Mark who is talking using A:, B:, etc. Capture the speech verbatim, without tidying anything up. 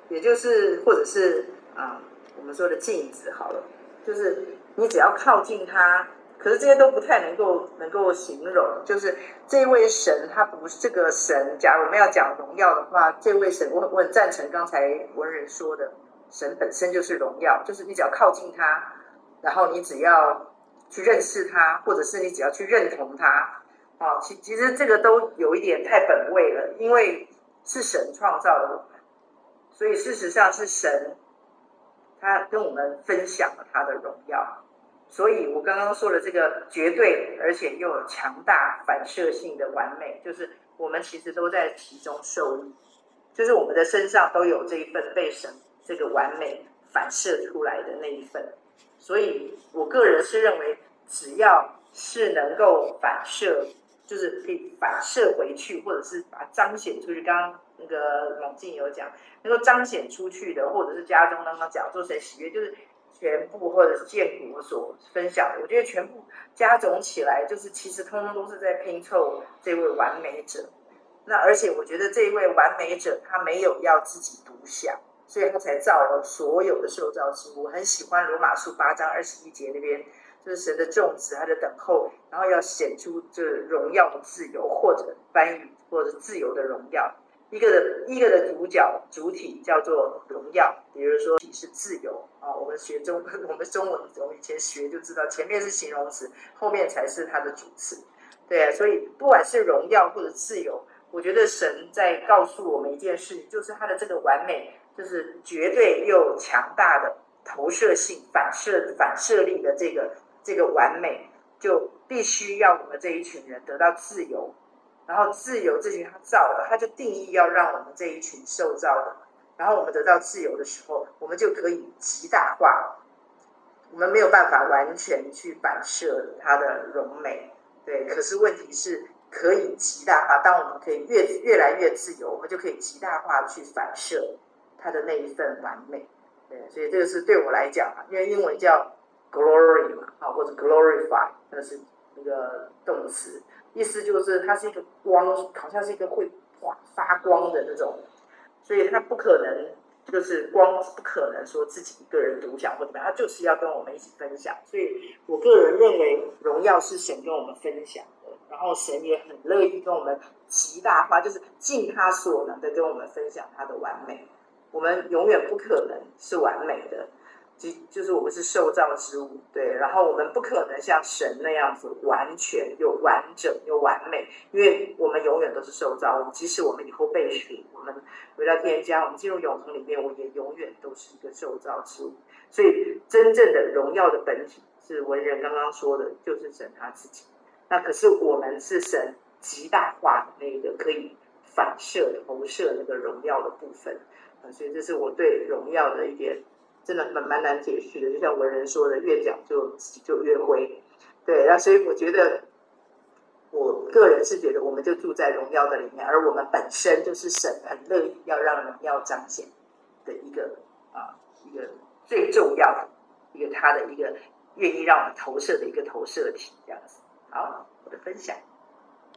A: 也就是或者是啊、呃、我们说的镜子好了，就是你只要靠近它。可是这些都不太能够能够形容，就是这位神，他不是这个神。假如我们要讲荣耀的话，这位神，我我很赞成刚才文人说的，神本身就是荣耀，就是你只要靠近他，然后你只要去认识他，或者是你只要去认同他，啊，其其实这个都有一点太本位了，因为是神创造的我们，所以事实上是神，他跟我们分享了他的荣耀。所以我刚刚说的这个绝对而且又有强大反射性的完美，就是我们其实都在其中受益，就是我们的身上都有这一份被神这个完美反射出来的那一份。所以我个人是认为，只要是能够反射，就是可以反射回去，或者是把它彰显出去，刚刚那个猛进有讲，能够彰显出去的，或者是家中刚刚讲做神喜悦，就是全部或者是建股所分享的，我觉得全部加总起来，就是其实通通都是在拼凑这位完美者。那而且我觉得这位完美者他没有要自己独享，所以他才造了所有的受造之物。我很喜欢罗马书八章二十一节那边，就是神的种子，他的等候，然后要显出这荣耀的自由，或者翻译或者自由的荣耀。一个的一个的主角主体叫做荣耀，比如说体是自由啊。我们学中我们中文我们以前学就知道，前面是形容词，后面才是它的主词。对啊，所以不管是荣耀或者自由，我觉得神在告诉我们一件事，就是他的这个完美，就是绝对又强大的投射性、反射反射力的这个这个完美，就必须要我们这一群人得到自由。然后自由这群他造的，他就定义要让我们这一群受造的，然后我们得到自由的时候，我们就可以极大化。我们没有办法完全去反射它的荣美，对。可是问题是可以极大化，当我们可以越越来越自由，我们就可以极大化去反射它的那一份完美。对，所以这个是对我来讲，因为英文叫 glory 嘛，或者 glorify， 那是那个动词。意思就是它是一个光，好像是一个会发光的那种，所以它不可能就是光不可能说自己一个人独享或怎么样，它就是要跟我们一起分享。所以我个人认为荣耀是神跟我们分享的，然后神也很乐意跟我们极大化，就是尽他所能的跟我们分享他的完美。我们永远不可能是完美的，就是我们是受造之物，对，然后我们不可能像神那样子完全又完整又完美，因为我们永远都是受造物。即使我们以后被赎，我们回到天家，我们进入永恒里面，我也永远都是一个受造之物。所以真正的荣耀的本体是文人刚刚说的，就是神他自己。那可是我们是神极大化的那个可以反射投射那个荣耀的部分，所以这是我对荣耀的一点真的蛮蛮难解释的，就像文人说的，越讲就自己就越灰。对，那所以我觉得，我个人是觉得，我们就住在荣耀的里面，而我们本身就是神很乐意要让荣耀彰显的一个啊一个最重要的一个他的一个愿意让我们投射的一个投射体，这样子。好，我的分享。